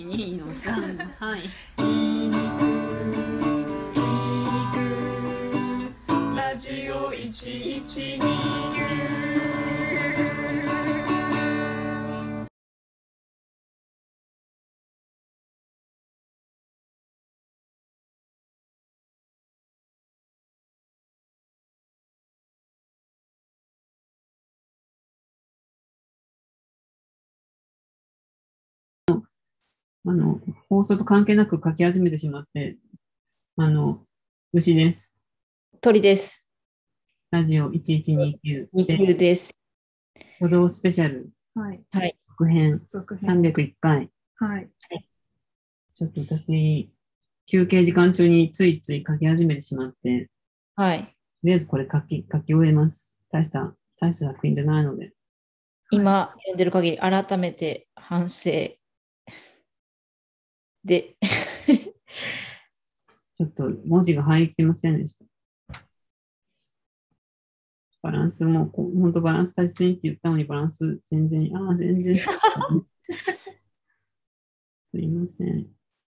2の3、はい。 ラジオ112。 放送と関係なく書き始めてしまって、牛です。 鳥です。 ラジオ1129 2 で、 級です。 書道スペシャルはい。 はい。 続編続編。 301回。 はい。 ちょっと私、休憩時間中についつい書き始めてしまって、 はい。 とりあえずこれ書き終えます。大した作品じゃないので。 今読んでる限り改めて反省でちょっと文字が入ってませんでした。バランスも、本当バランス大切にって言ったのにバランス全然。すいません。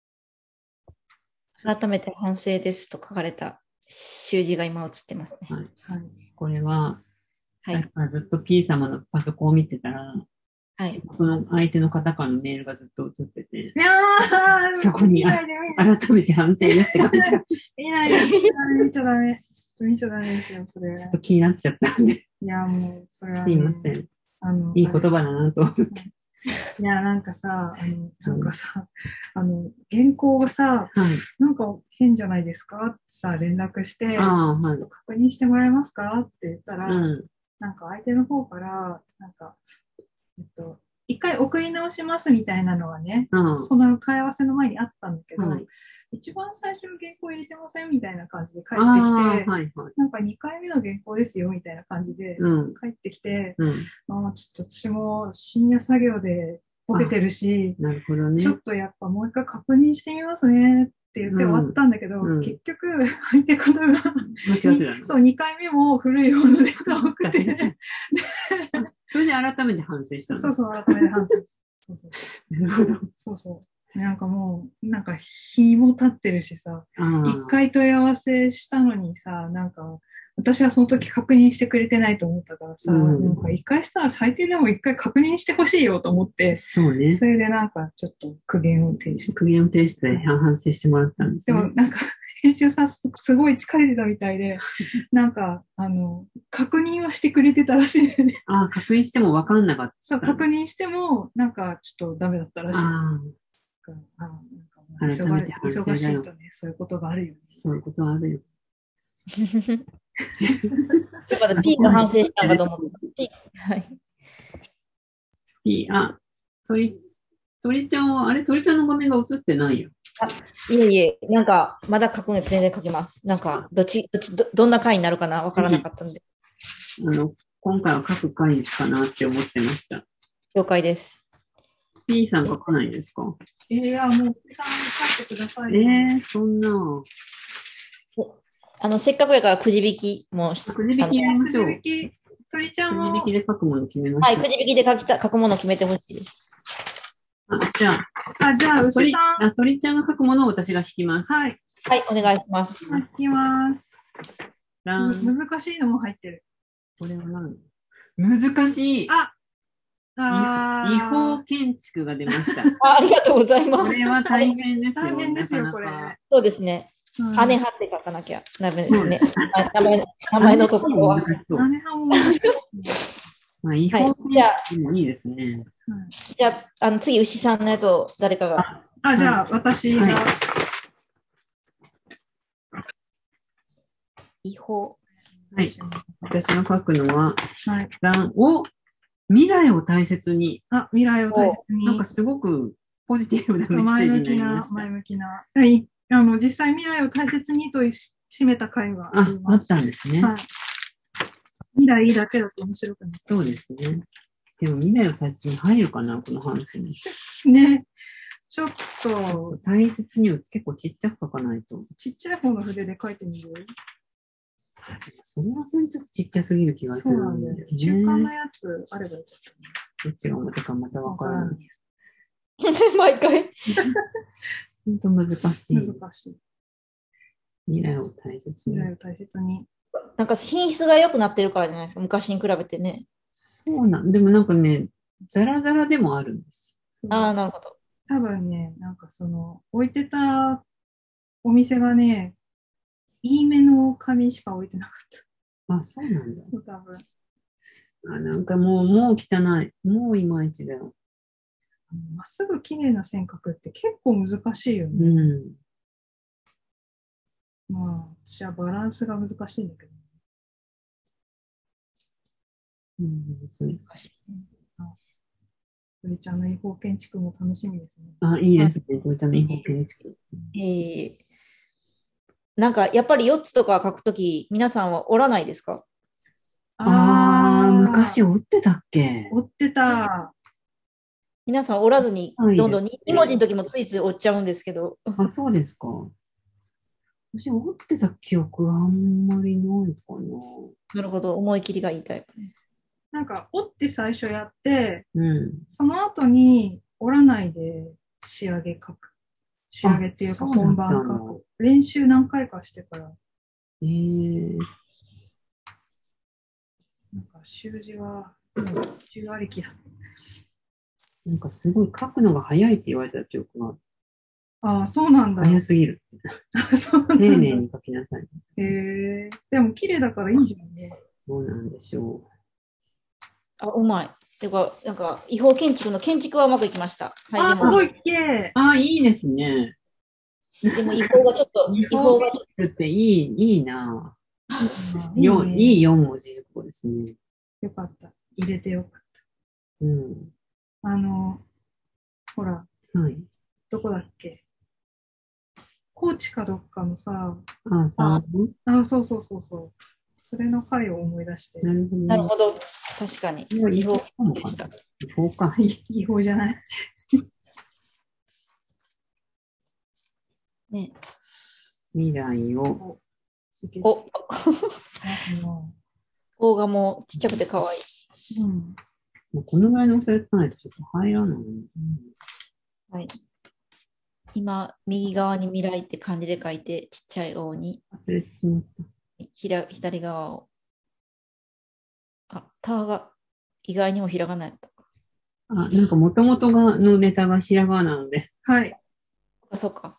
改めて反省ですと書かれた習字が今映ってますね。 はい。これは、 はい。 ずっと P 様のパソコンを見てたら、 はい。 その相手の方からのメールがずっと映ってて、 いやー、 そこに改めて反省ですって書いてある。 見ないで、見ちゃダメ。ちょっと見ちゃダメですよ、それ。 ちょっと気になっちゃったんで、 いや、もう、それは、 すいません。いい言葉だなと思って。 いや、なんかさ、原稿がさ、なんか変じゃないですかってさ、連絡して、ちょっと確認してもらえますかって言ったら、なんか相手の方から、なんか、一回送り直しますみたいなのはね、その問い合わせの前にあったんだけど、一番最初の原稿入れてませんみたいな感じで帰ってきて、なんか2回目の原稿ですよみたいな感じで帰ってきて、まあちょっと私も深夜作業でボケてるし、ちょっとやっぱもう一回確認してみますねって言って終わったんだけど、結局相手方がそう2回目も古い方のデータを送ってそれで改めて反省したの。 そうそう、改めて反省した。そうそう。なんかもう、なんか日も経ってるしさ、一回問い合わせしたのにさ、なんか、私はその時確認してくれてないと思ったからさ、なんか一回したら最低でも一回確認してほしいよと思って、 そうね。 それでなんかちょっと苦言を呈して。 苦言を呈して反省してもらったんですね。でもなんか、編集さんすごい疲れてたみたいで、なんか、確認はしてくれてたらしいんだよね。 確認しても分かんなかった。 そう、確認しても、なんかちょっとダメだったらしい。忙しいとね、そういうことがあるよね。 そういうことはあるよ。 まだ P が反省したかと思った。はい。 P、鳥ちゃんは、鳥ちゃんの画面が映ってないよ。 いえいえ、なんか、まだ書くの全然書けます。なんか、どんな回になるかなわからなかったんで。 今回は書く回かなって思ってました。 了解です。 P さん書かないですか？ いや、もう、P さん書いてください。 そんな。 せっかくやからくじ引きもして。 くじ引きやりましょう。 鳥ちゃんも。 くじ引きで書くもの決めましょう。 はい、くじ引きで書くものを決めてほしいです。 じゃあ、牛さん。 鳥ちゃんが書くものを私が引きます。 はい。はい、お願いします。 引きます。難しいのも入ってる。 これは難しい。違法建築が出ました。 ありがとうございます。 これは大変ですよ。 大変ですよ、これ。 そうですね。姉派って書かなきゃダメですね。名前のところは。 姉派も難しい。 違法建築もいいですね。 じゃあ、次、牛さんのやつを誰かが。 じゃあ、私が。 違法。 はい。私が書くのは、未来を大切に。 未来を大切に。 なんかすごくポジティブなメッセージになりました。 前向きな。実際未来を大切にと締めた回があります。 あったんですね。 未来だけだと面白くない。 そうですね。でも未来を大切に入るかな、この話に。 ね。ちょっと。 大切には結構ちっちゃく書かないと。 ちっちゃい方の筆で書いてみる。 それはそれちょっとちっちゃすぎる気がする。そうなんだよね。 中間のやつあればよかったね。 どっちが表かまたわからない。 毎回。 本当難しい。 難しい。 未来を大切に。 未来を大切に。 なんか品質が良くなってるからじゃないですか、昔に比べてね。 そうなん、でもなんかね、ザラザラでもあるんです。 ああ、なるほど。 多分ね、なんか置いてたお店がね、いいめの紙しか置いてなかった。 あ、そうなんだ。 そう、多分。 なんかもう汚い。もういまいちだよ。 まっすぐ綺麗な線描くって結構難しいようね。 ん。 まあ、私はバランスが難しいんだけど。 そういう鳥ちゃんの違法建築も楽しみですね。 あ、いいですね。これちゃんの違法建築。 なんか、やっぱり4つとか書くとき、皆さんは折らないですか？ 昔折ってたっけ？ 折ってた。 皆さん折らずに、どんどん2文字の時もついつい折っちゃうんですけど。 あ、そうですか。私、折ってた記憶はあんまりないかな。 なるほど、思い切りがいいタイプね。 なんか、折って最初やって、 うん、 その後に折らないで仕上げ書く。仕上げっていうか本番書く。練習何回かしてから。なんか習字は、習ありきだ。 なんかすごい書くのが早いって言われた記憶が。 ああ、そうなんだ。 早すぎるって。丁寧に書きなさい。 でも綺麗だからいいじゃんね。 そうなんでしょう。うまい。てか、なんか、違法建築の建築はうまくいきました。 はい、でも。すごい綺麗。 いいですね。 でも違法がちょっと、 違法建築っていいな。いい4文字熟語ですね。 よかった。入れてよかった。 うん。 ほら。 はい。 どこだっけ？高知かどっかのさ。そうそうそうそう。それの回を思い出して。 なるほど。確かに。違法でした。 違法か。 違法じゃない。 ね。 未来を。 棒がもうちっちゃくて可愛い。 このぐらいの大きさで書かないとちょっと入らない。 はい。今、右側に未来って漢字で書いて、ちっちゃい王に。 忘れてしまった。 左側を。タが意外にもひらがなやった。 なんかもともとのネタがひらがなので。 はい。 そうか。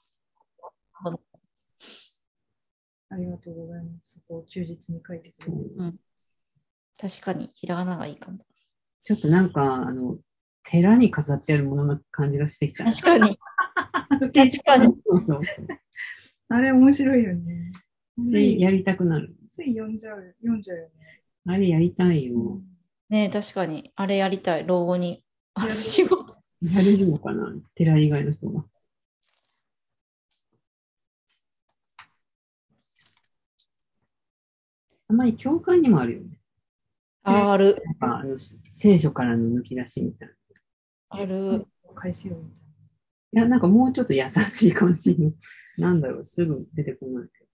ありがとうございます。そこを忠実に書いてくれて。 確かに、ひらがながいいかも。 ちょっとなんか、寺に飾ってあるものな感じがしてきた。 確かに。確かに。 そう。 あれ面白いよね。 ついやりたくなる。 つい読んじゃうよね。 あれやりたいよ。 ねえ、確かに。あれやりたい。老後に。仕事。 やれるのかな、寺以外の人が。あまり教会にもあるよね。 ある。 なんか聖書からの抜き出しみたいな。ある。 返すよみたいな。いや、なんかもうちょっと優しい感じの、なんだろう、すぐ出てこないけど。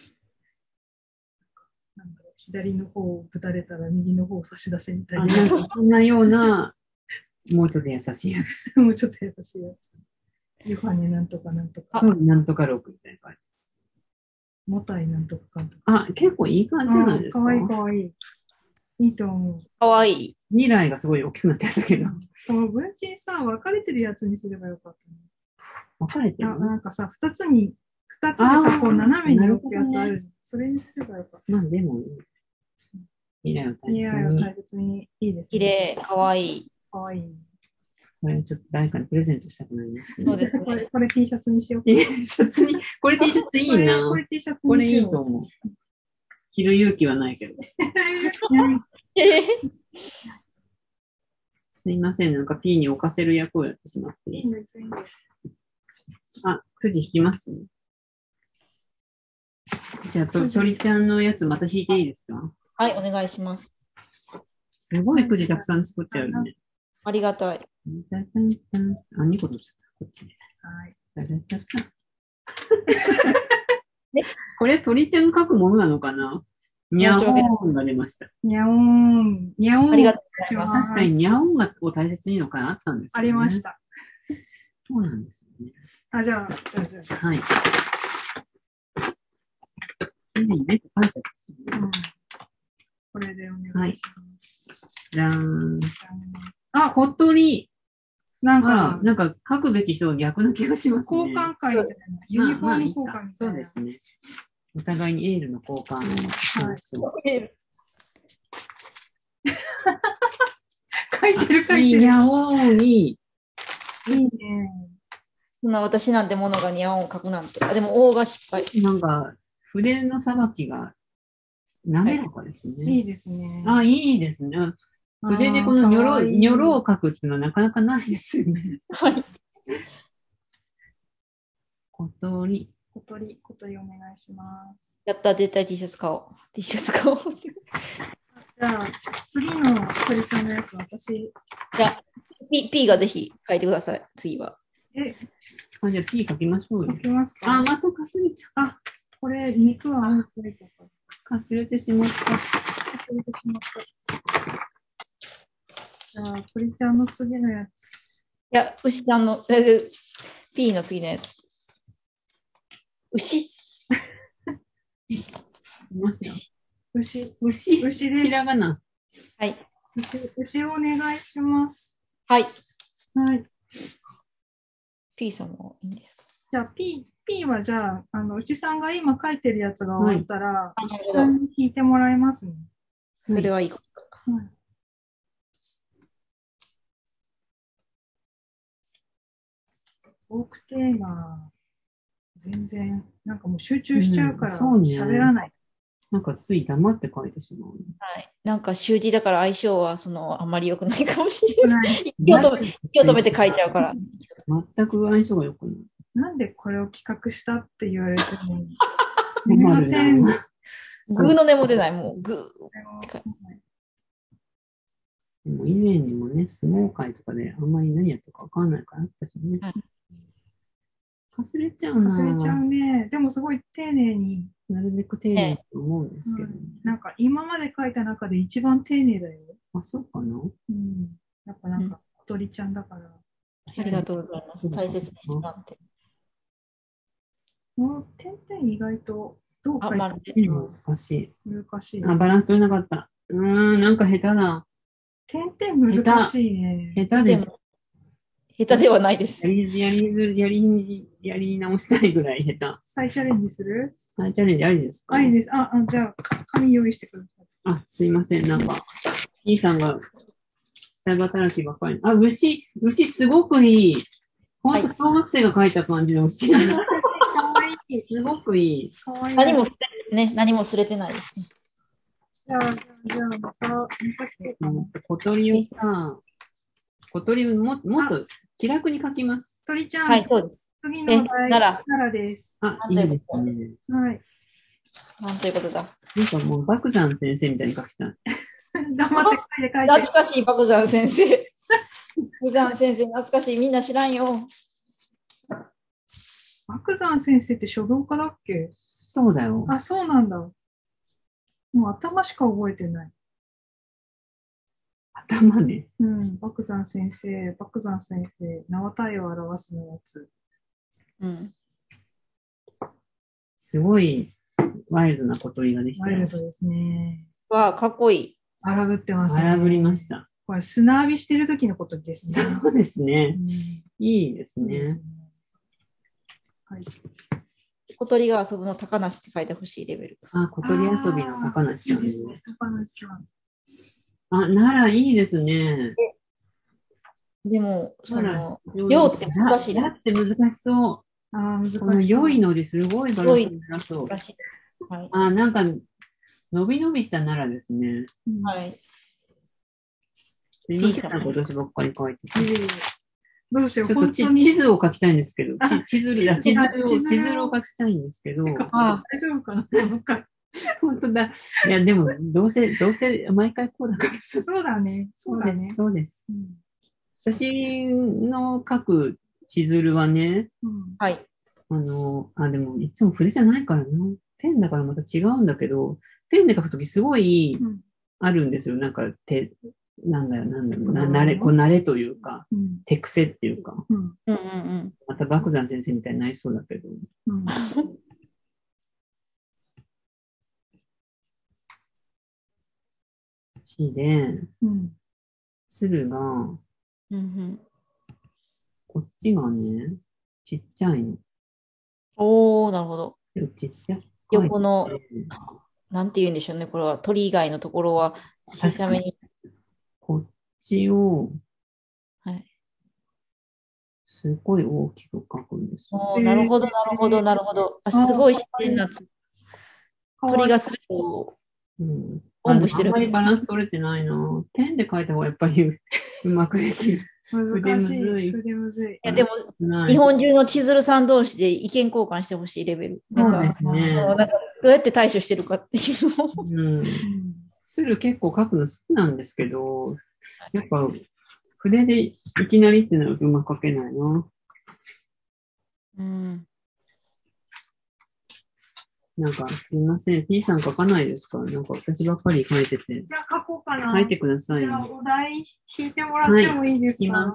左の方をぶたれたら右の方を差し出せみたいな。 そんなような、もうちょっと優しいやつ。 もうちょっと優しいやつ。ヨハネなんとかなんとか。 そう、なんとか6みたいな感じ。 もたいなんとかかんとか。 結構いい感じじゃないですか。 かわいいかわいい。いいと思う。 かわいい。 未来がすごい大きくなってたけど。 その文鎮さ、分かれてるやつにすればよかったね。 分かれてる？ なんかさ、2つでさ、こう斜めに置くやつあるじゃん。それにすればよかった。 まあでも、未来を大切にいいですね。 綺麗、かわいい。 かわいい。 これちょっと誰かにプレゼントしたくなりますね。そうですね。 これ T シャツにしよう。 T シャツに、これ T シャツいいな。 これ T シャツこれいいと思う。着る勇気はないけど。すいません、なんか P に置かせる役をやってしまって。くじ引きます？じゃあ、鳥ちゃんのやつまた引いていいですか？ はい、お願いします。 すごいくじたくさん作ってあるね。 ありがたい。 2個取っちゃった。こっちで。 はい。 これ鳥ちゃん書くものなのかな？にゃおんが出ました。 にゃおん。 ありがとうございます。 確かににゃおんがを大切にの会あったんですよね。 ありました。 そうなんですよね。 じゃあ。 はい。ね、書いちゃったね。 これでお願いします。 じゃーん。小鳥。なんか書くべき人は逆な気がしますね。 交換会みたいな。ユニフォーム交換みたいな。 そうですね。お互いにエールの交換をしましょう。 書いてる。 いやおーに。 いいね。 そんな私なんてものがにゃおん書くなんて。でも、Oが失敗。 なんか、筆のさばきが滑らかですね。 いいですね。 いいですね。筆でこのニョロを書くっていうのはなかなかないですよね。 はい。 小鳥お願いします。 やった、絶対 T シャツ買おう。T シャツ買おう。 じゃあ、次の鳥ちゃんのやつ、私。 じゃあ、P がぜひ書いてください、次は。 じゃあ P 書きましょうよ。 書きますか？ またかすれちゃう。 これ、肉はかすれてしまった。 じゃあ、鳥ちゃんの次のやつ。 いや、牛ちゃんの、P の次のやつ。牛です。 ひらがな。 はい。 牛お願いします。 はい。 はい。 P さんもいいんですか？ じゃあ P はじゃあ、牛さんが今書いてるやつが終わったら、牛さんに引いてもらいますね。 それはいいこと。 はい。トークテーマ、全然、なんかもう集中しちゃうから喋らない。 なんかつい黙って書いてしまう。 はい。なんか習字だから相性はあんまり良くないかもしれない。気を止めて書いちゃうから。 全く相性が良くない。 なんでこれを企画したって言われても、すみません。 グーの音も出ない、もうグー。 でも以前にもね、相撲会とかであんまり何やったか分かんないからあったしね。かすれちゃうな。 かすれちゃうね。でもすごい丁寧に。 なるべく丁寧と思うんですけど、ねなんか今まで書いた中で一番丁寧だよ。 そうかな？ やっぱなんか小鳥ちゃんだから。 ありがとうございます。大切にしてもらって。 この点々意外とどう書いてるの難しい。バランス取れなかった。なんか下手だ。 点々難しいね。 下手です。 下手ではないです。 やり直したいぐらい下手。 再チャレンジする？ 再チャレンジありですか？ ありです。じゃあ、紙用意してください。すいません。なんか、P さんが、下働きばっかり。牛すごくいい。ほんと小学生が描いた感じの牛。かわいい。すごくいい。 何もすれてないですね。 じゃあ、また小鳥をさ、小鳥をもっと気楽に描きます。 鳥ちゃん。 はい、そうです。 次の奈良です。 いいですね。 はい。 なんということだ。 なんかもう、漠山先生みたいに描きたい。 黙って書いて。 懐かしい、漠山先生。漠山先生、懐かしい。みんな知らんよ。 漠山先生って書道家だっけ？ そうだよ。 そうなんだ。もう頭しか覚えてない。 頭ね。 漠山先生、名は体を表すのやつ。 すごいワイルドな小鳥ができた。 ワイルドですね。 わあ、かっこいい。 荒ぶってますね。 荒ぶりました。 これ砂浴びしてる時のことですね。 そうですね。いいですね。 はい。 小鳥が遊ぶの高梨って書いてほしいレベル。 小鳥遊びの高梨さん。 高梨さん。 奈良いいですね。 でも、ようって難しい。 だって難しそう。 難しい。 この良いの字すごいバランスになそう。なんか、伸び伸びした奈良ですね。 はい。 今さん今年ばっかり書いてて。 どうしよう。 ちょっと地図を書きたいんですけど、地図を書きたいんですけど。 大丈夫かな？ 本当だ。いや、でも、どうせ、毎回こうだから。 そうだね。 そうです。私の書く千鶴はね、 はい。 でも、いつも筆じゃないからな。ペンだからまた違うんだけど、ペンで書くときすごい、あるんですよ。なんか慣れというか、手癖っていうか、また漠山先生みたいになりそうだけど。で、鶴が、こっちがね、ちっちゃいの。 おー、なるほど。 ちっちゃい。 横の、なんて言うんでしょうね、これは鳥以外のところは小さめに。 こっちを、 はい。 すごい大きく描くんですよ。 なるほど、なるほど、なるほど。すごい自然な鳥がすべてをおんぶしてる。 あんまりバランス取れてないな。ペンで描いた方がやっぱりうまくできる。 難しい。筆むずい。 いや、でも、日本中の千鶴さん同士で意見交換してほしいレベル。なんか、どうやって対処してるかっていうのを。 鶴結構描くの好きなんですけど、やっぱ筆でいきなりってなるとうまく描けないな。なんか、すいません。P さん書かないですか？なんか、私ばっかり書いてて。 じゃあ書こうかな。 書いてください。 じゃあ、お題引いてもらってもいいですか？ はい、引きます。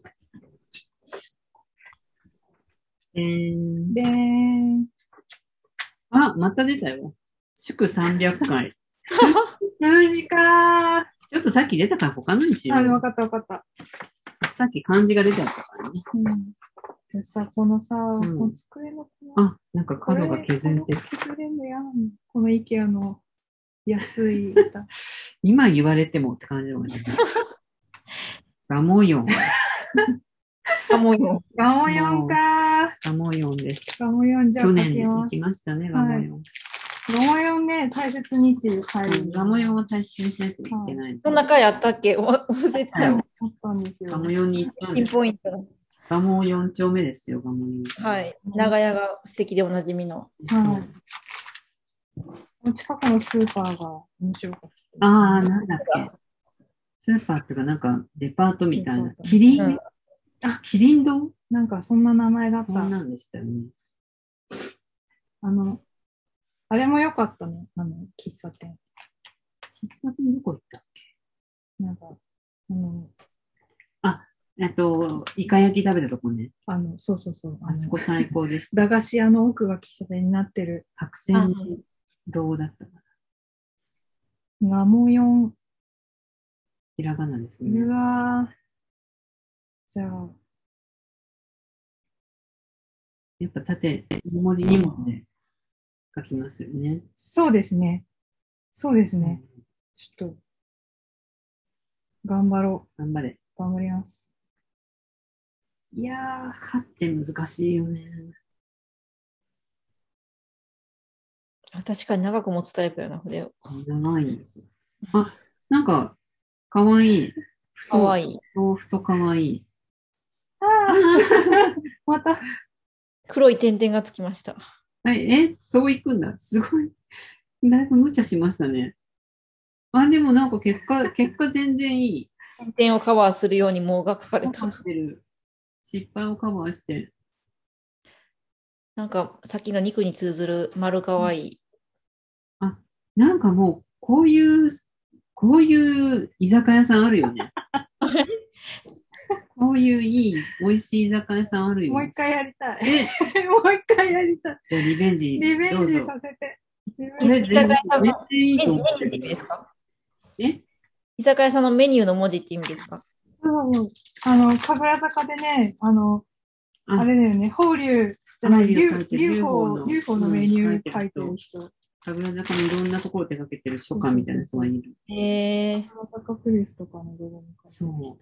でーん。あ、また出たよ。祝300回。 数字かちょっとさっき出たから他のにしよう。 わかったわかった。 さっき漢字が出ちゃったからね。 でさ、このさ、この机のなんか角が削れてる。 削れんのやん。この IKEA の安い今言われてもって感じのがね。ガモヨン。 ガモヨン。 ガモヨンかガモヨンです。 ガモヨンじゃあ去年行きましたね、ガモヨン。 ガモヨンね、大切にっていう回。 ガモヨンは大切にしないといけない。 そんな回あったっけ？忘れてたよ。 ガモヨンに行ったんです。 ピンポイント。 ガモ4丁目ですよ、ガモヨン。 はい。長屋が素敵でおなじみの。 近くのスーパーが面白かった。 なんだっけ。スーパーっていうか、なんかデパートみたいな。キリン、キリン堂？ なんかそんな名前だった。 そんなんでしたよね。 あれも良かったね。喫茶店。 喫茶店どこ行ったっけ？ なんか、 イカ焼き食べたとこね。 そうそうそう。 あそこ最高でした。 駄菓子屋の奥が喫茶店になってる。 白線堂だったかな。ガモヨン。 ひらがなですね。 うわじゃあ。 やっぱ縦、2文字2文字で書きますよね。 そうですね。そうですね。ちょっと、頑張ろう。 頑張れ。 頑張ります。 いやー、歯って難しいよね。 確かに長く持つタイプやな、筆を。 長いんですよ。なんか、かわいい。 かわいい。 豆腐とかわいい。 また。 黒い点々がつきました。 そういくんだ。すごい。だいぶ無茶しましたね。でもなんか結果全然いい。 点をカバーするようにもうが書かれた。 失敗をカバーして。 なんかさっきの肉に通ずる丸かわいい。 なんかもうこういう居酒屋さんあるよね。こういういい美味しい居酒屋さんあるよね。 もう一回やりたい。もう一回やりたい。 じゃあリベンジさせて。 居酒屋さんのメニューって意味ですか？居酒屋さんのメニューの文字って意味ですか？ 神楽坂でね、あれだよね、法隆じゃない、UFO のメニュー書いてる人。 神楽坂のいろんなところ手掛けてる書家みたいな人がいる。 神楽坂プレスとかのロゴに書いてる。 そう。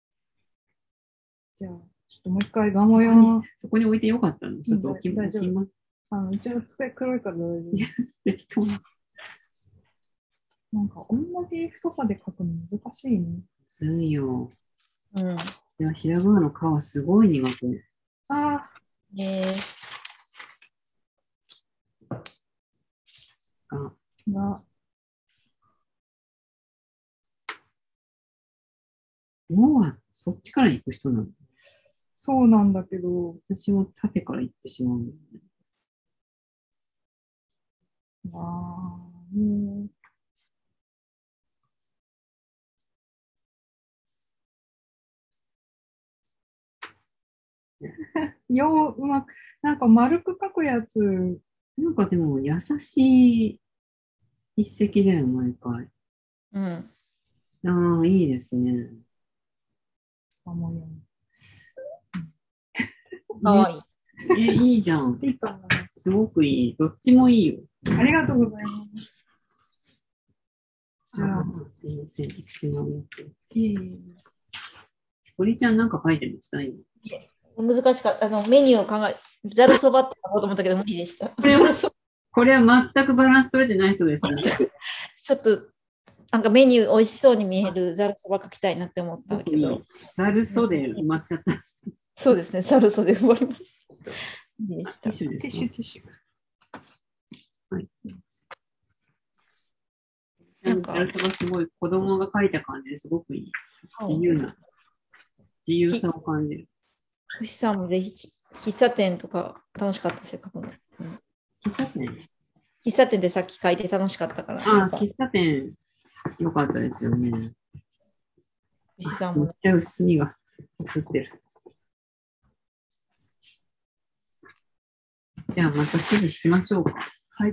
じゃあ、ちょっともう一回ガモヨン。 そこに置いてよかったの？ちょっと置きます。 うちの机黒いから大丈夫。 素敵と思う。 なんか同じ太さで書くの難しいね。 むずいよ。いや、ひらがなの皮すごい苦手。もうはそっちから行く人なの？ そうなんだけど、 私も縦から行ってしまうのね。 うまく、なんか丸く書くやつ。 なんかでも優しい筆跡だよ、毎回。 うん。 ああ、いいですね。 かもよ。 かわいい。 いいじゃん。 いいかな。 すごくいい。どっちもいいよ。 ありがとうございます。じゃあ、 すいません。一瞬を見て。 いい。 堀ちゃんなんか書いてました今。 難しかった。メニューを考え、ざるそばって書こうと思ったけど無理でした。 これは全くバランス取れてない人ですね。 ちょっと、なんかメニュー美味しそうに見えるざるそば書きたいなって思ったけど。 ざるそで埋まっちゃった。 そうですね、ざるそで埋まりました。でした。 ティッシュ、ティッシュ。 はい、すみません。なんか、ざるそばすごい子供が書いた感じですごくいい。自由さを感じる。 牛さんもぜひ、喫茶店とか楽しかったですよ、書くの。喫茶店でさっき書いて楽しかったから。 ああ、喫茶店、よかったですよね。 牛さんも。 めっちゃ薄みが映ってる。じゃあまた記事引きましょうか。 はい。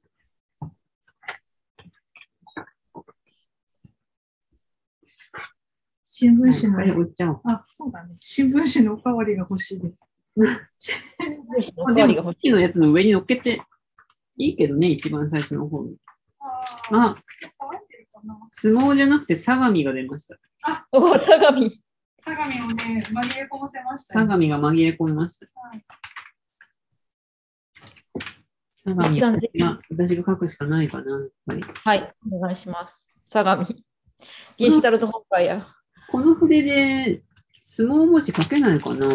新聞紙の、 あ、 そうだね。新聞紙のおかわりが欲しいです。 でも、さっきのやつの上に乗っけていいけどね、一番最初の方に。あ、相撲じゃなくて相模が出ました。 あ、お、相模。 相模をね、紛れ込ませました、 相模が紛れ込みました。はい、相模、私が書くしかないかな、やっぱり。 はい、お願いします。相模。ゲシュタルト本会や。 この筆で相撲文字書けないかな。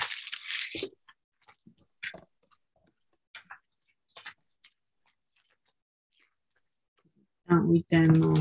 置いちゃいます。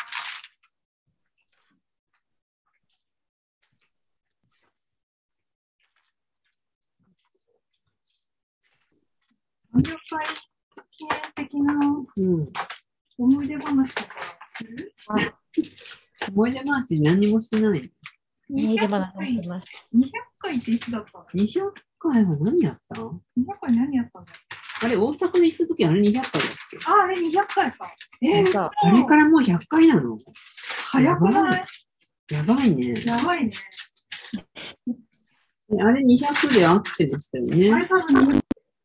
30回記念的な思い出話とかする？ 思い出話何にもしてない。 200 回っていつだったの？ 200 回は何やった？ 200 回何やったの？ あれ、大阪で行った時あれ200回だっけ？ あ、あれ200回か。 あれからもう100回なの？ 早くない？ やばいね。 やばいね。 あれ200で合ってましたよね。あれ多分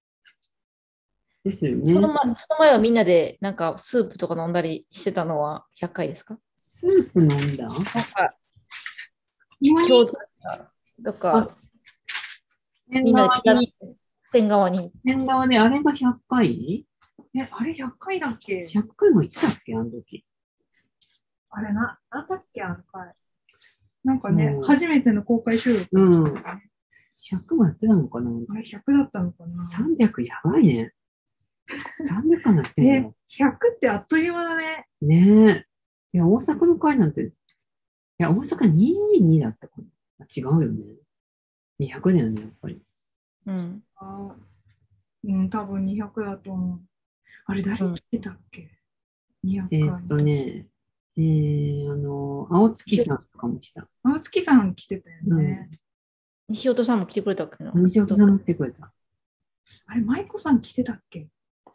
ですよね。 その前はみんなでなんかスープとか飲んだりしてたのは100回ですか？ スープ飲んだ？ なんか京都とかみんなで線側に。 線側であれが100回？ あれ100回だっけ？ 100 回も行ったっけあの時。 あれなんだっけあの回。なんかね、初めての公開収録。 100もやってたのかな？ あれ100だったのかな？ 300 やばいね。300かなってんの。 100ってあっという間だね。 ねえ。いや、大阪の回なんて、いや、大阪222だったかな。違うよね。200だよね、やっぱり。 うん。 多分200だと思う。あれ、誰来てたっけ？ 200 回。 青月さんとかも来た。 青月さん来てたよね。 西尾さんも来てくれたっけな？ 西尾さんも来てくれた。 あれ、舞子さん来てたっけ？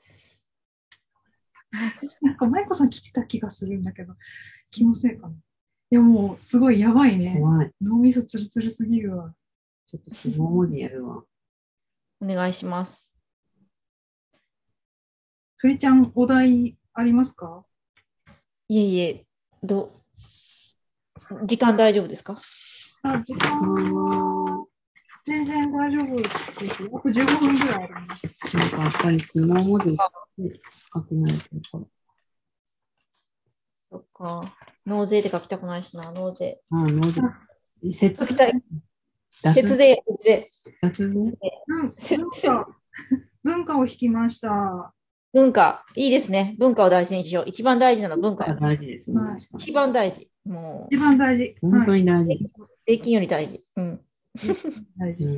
なんか舞子さん来てた気がするんだけど、気のせいかな。いや、もうすごいやばいね。 怖い。 脳みそツルツルすぎるわ。 ちょっと相撲文字やるわ。 お願いします。 鳥ちゃん、お題ありますか？ いえいえ、時間大丈夫ですか？ 時間全然大丈夫です。僕15分ぐらいあります。 なんかやっぱり相撲文字書けないとか。 そっか。納税で書きたくないしな、納税。 納税。節税。節税。 文化を引きました。 文化、いいですね。文化を大事にしよう。一番大事なのは文化。 大事ですね。 一番大事。もう。 一番大事。 本当に大事。 税金より大事。うん。 大事。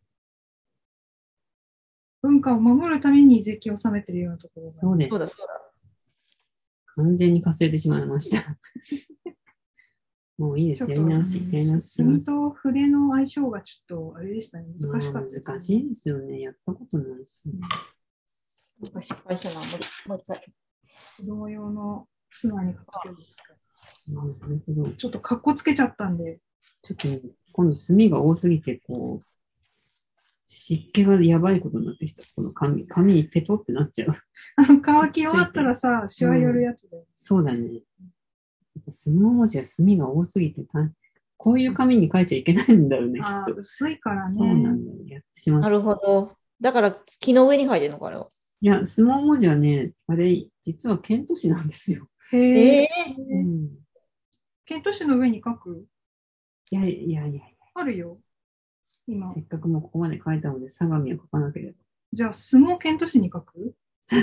文化を守るために税金を納めているようなところが。 そうです。 そうだ、そうだ。 完全にかすれてしまいました。 もういいです。やり直しし墨と筆の相性がちょっとあれでしたね。難しかったです、 難しいですよね。やったことないし。 失敗したな、もう一回。 子供用の砂にかける。 なるほど。 ちょっとかっこつけちゃったんで。 ちょっと、ね、今度墨が多すぎて、こう、湿気がやばいことになってきた。この紙にペトってなっちゃう。 乾き終わったらさ、シワ寄るやつで。 そうだね。スモー文字は墨が多すぎて、こういう紙に書いちゃいけないんだよね、きっと。 薄いからね。 そうなんだよ。やってしまった。 なるほど。だから、木の上に書いてるのか、あれは。 いや、スモー文字はね、あれ、実はケント紙なんですよ。 へえ。ケント紙の上に書く？ いや。 あるよ。今。 せっかくもうここまで書いたので、相模を書かなければ。 じゃあ、相撲ケント紙に書く？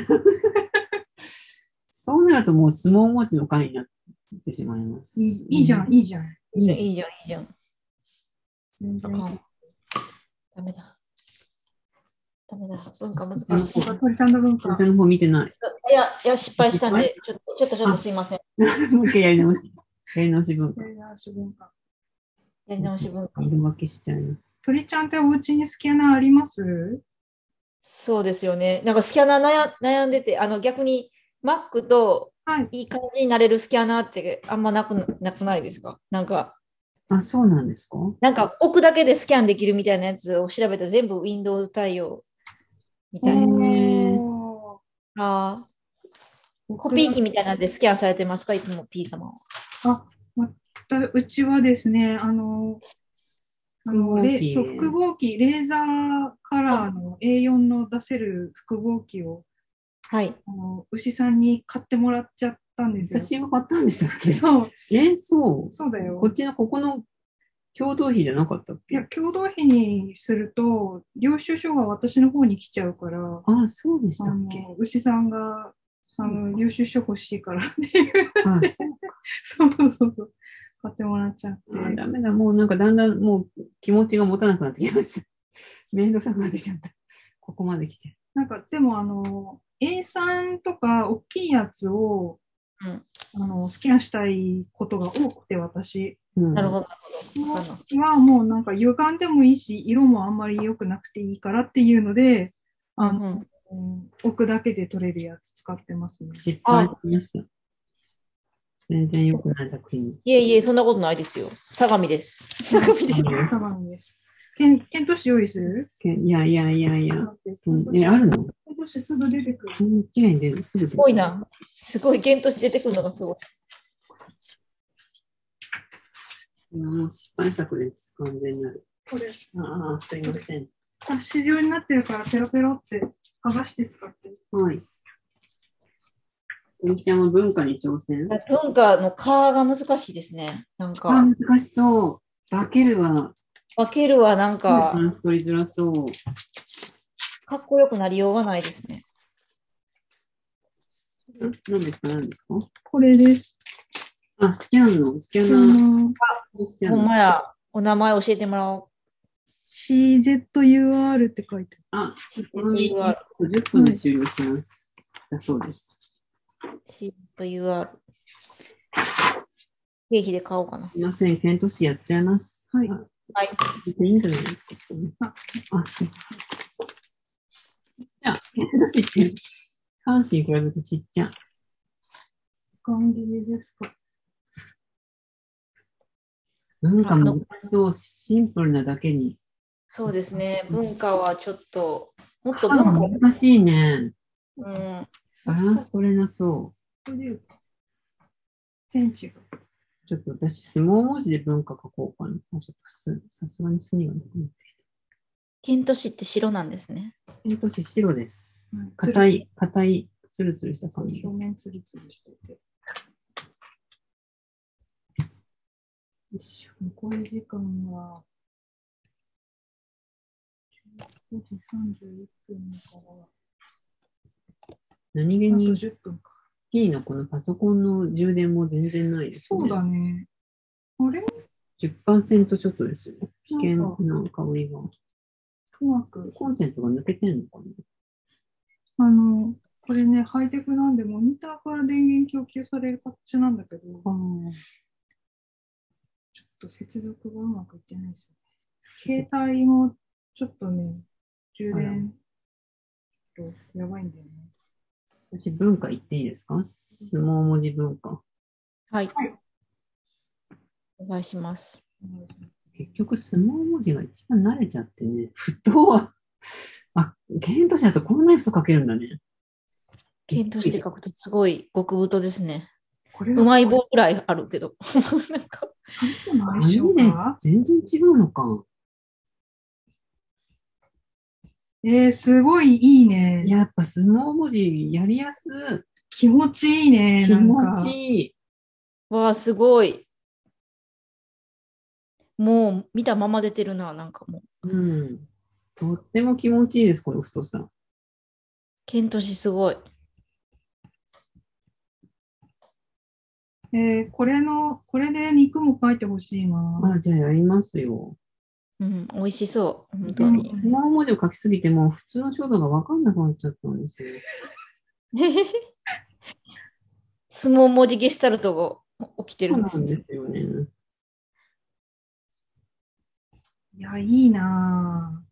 そうなるともう相撲文字の回になってしまいます。 いいじゃん、いいじゃん。 いいじゃん。 全然ダメだ。文化難しい。 鳥ちゃんの文化。 の方見てない。 いや、失敗したんで、ちょっとすいません。 もう一回やり直し。やり直し文化。 やり直し文化。 色分けしちゃいます。 鳥ちゃんってお家にスキャナーあります？ そうですよね。なんかスキャナー悩んでて、逆に Mac といい感じになれるスキャナーってあんまなくないですか？なんか。 あ、そうなんですか？ なんか置くだけでスキャンできるみたいなやつを調べたら全部 Windows 対応みたいな。コピー機みたいなんでスキャンされてますか？いつも P 様は。 うちはですね、複合機、レーザーカラーの A4 の出せる複合機を、 はい。 牛さんに買ってもらっちゃったんですよ。 私が買ったんでしたっけ？ そう。 そうだよ。 ここの共同費じゃなかったっけ？ いや、共同費にすると、領収書が私の方に来ちゃうから、 あ、そうでしたっけ？ 牛さんが、領収書欲しいからっていう。 あ、 そう。買ってもらっちゃって。 ダメだ、もうなんかだんだんもう気持ちが持たなくなってきました。めんどくさくなってきちゃった。ここまで来て。 なんか、でもA3 とか大きいやつを、スキャンしたいことが多くて、私。 なるほど。 はもうなんか歪んでもいいし、色もあんまり良くなくていいからっていうので、置くだけで取れるやつ使ってますね。 失敗しました。全然良くない作品。 いえ、そんなことないですよ。相模です。相模です。ケント紙用意する？ いや。あるの？ケント紙すぐ出てくる。 すごいな。すごい、ケント紙出てくるのがすごい。 もう失敗作です。完全になる。 これ。 すいません。 冊子状になってるから、ペロペロって剥がして使って。 はい。鳥ちゃんは文化に挑戦？ 文化のカーが難しいですね。なんか。 難しそう。化けるはなんか。 取りづらそう。 かっこよくなりようがないですね。 何ですか？ これです。 あ、スキャナー。 ほんまや。お名前教えてもらおう。 CZUR って書いてある。CZUR。10分で終了します。だそうです。 CZUR。経費で買おうかな。 すいません、ケント紙やっちゃいます。 はい。 いいんじゃないですか。すいません。じゃあ、ケント紙って、関心に比べるとちっちゃ。 感じですか。 なんか難しそう、シンプルなだけに。 そうですね、文化はちょっと、もっと文化難しいね。 バランス取れなそう。 センチが。 ちょっと私、相撲文字で文化書こうかな。ちょっとさすがに墨がなくなってきた。 ケント紙って白なんですね。 ケント紙白です。硬い、ツルツルした感じです。 表面ツルツルしてて。残り時間は5時31分から何気に 10分か。 P のこのパソコンの充電も全然ないですね。 そうだね。あれ ?10% ちょっとですよ。危険な香りが。 うまく。 コンセントが抜けてんのかな？ これね、ハイテクなんで、モニターから電源供給される形なんだけど、 と接続がうまくいってないですね。携帯もちょっとね、充電とやばいんだよね。 私、文化言っていいですか？相撲文字文化。 はい。お願いします。 結局、相撲文字が一番慣れちゃってね。ふとは、剣としだとこんなに太書けるんだね。 剣として書くとすごい極太ですね。うまい棒ぐらいあるけど。なんか紙で全然違うのか。 すごいいいね。 やっぱ相撲文字やりやすい。 気持ちいいね。 気持ちいい。 わあ、すごい。もう見たまま出てるな、なんかもう。うん。とっても気持ちいいです、この太さ。 剣としすごい。 これで肉も書いてほしいな。 じゃあやりますよ。 うん、美味しそう、本当に。 相撲文字を書きすぎても、普通の書道が分かんなくなっちゃったんですよ。 相撲文字ゲシュタルトが起きてるんですね。そうなんですよね。 いや、いいな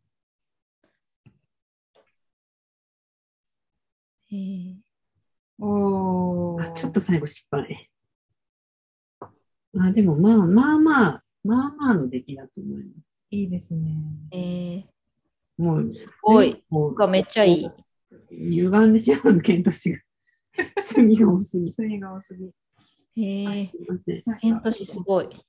ぁ。ちょっと最後失敗。でもまあの出来だと思います。 いいですね。 もう、 すごい。めっちゃいい。 歪んでしまう剣としが。墨が多すぎ。 墨が多すぎ。 剣としすごい。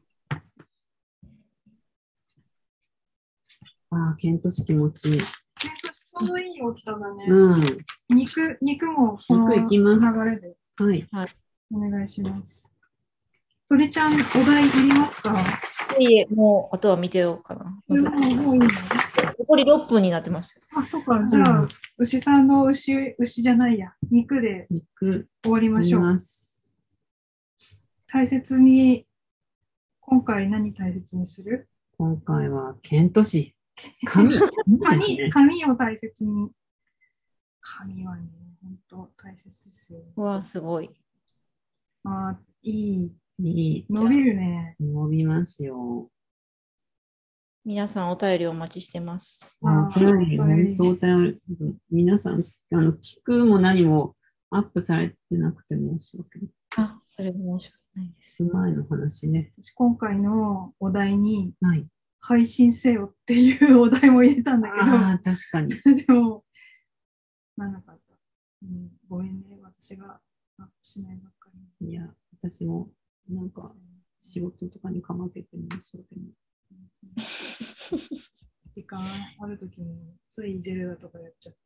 剣とし気持ちいい。 剣としちょうどいい大きさだね。 うん。 肉もこの流れで。 はい。 お願いします。それちゃん、お題いりますか？ いえ、もう、あとは見てようかな。 もういいの？ 残り6分になってます。 そうか。じゃあ、牛さんの牛じゃないや。肉で終わりましょう。大切に、今回何大切にする？ 今回は、剣とし。紙を大切に。紙はね、本当大切ですよ。 うわ、すごい。 いい。伸びるね。 伸びますよ。 皆さんお便りお待ちしてます。 お便り、皆さん、聞くも何もアップされてなくて申し訳ない。 それも申し訳ないです。 前の話ね。 今回のお題に、配信せよっていうお題も入れたんだけど。 確かに。 でも、なかった。ごめんね、私がアップしないばっかり。 いや、私も、なんか、仕事とかにかまけて申し訳ない。時間あるときについゼルダとかやっちゃって。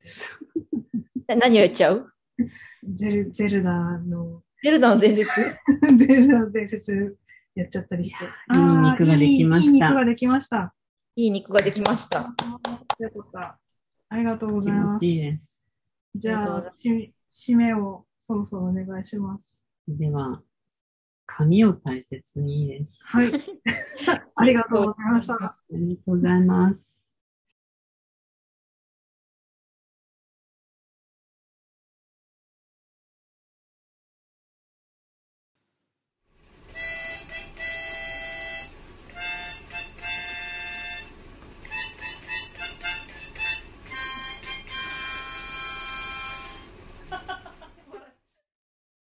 何をやっちゃう？ ゼルダの伝説ゼルダの伝説やっちゃったりして。 いい肉ができました。 いい肉ができました。 いい肉ができました。 ありがとうございます。 気持ちいいです。 じゃあ、締めをそろそろお願いします。 では、紙を大切にです。 はい。ありがとうございました。 ありがとうございます。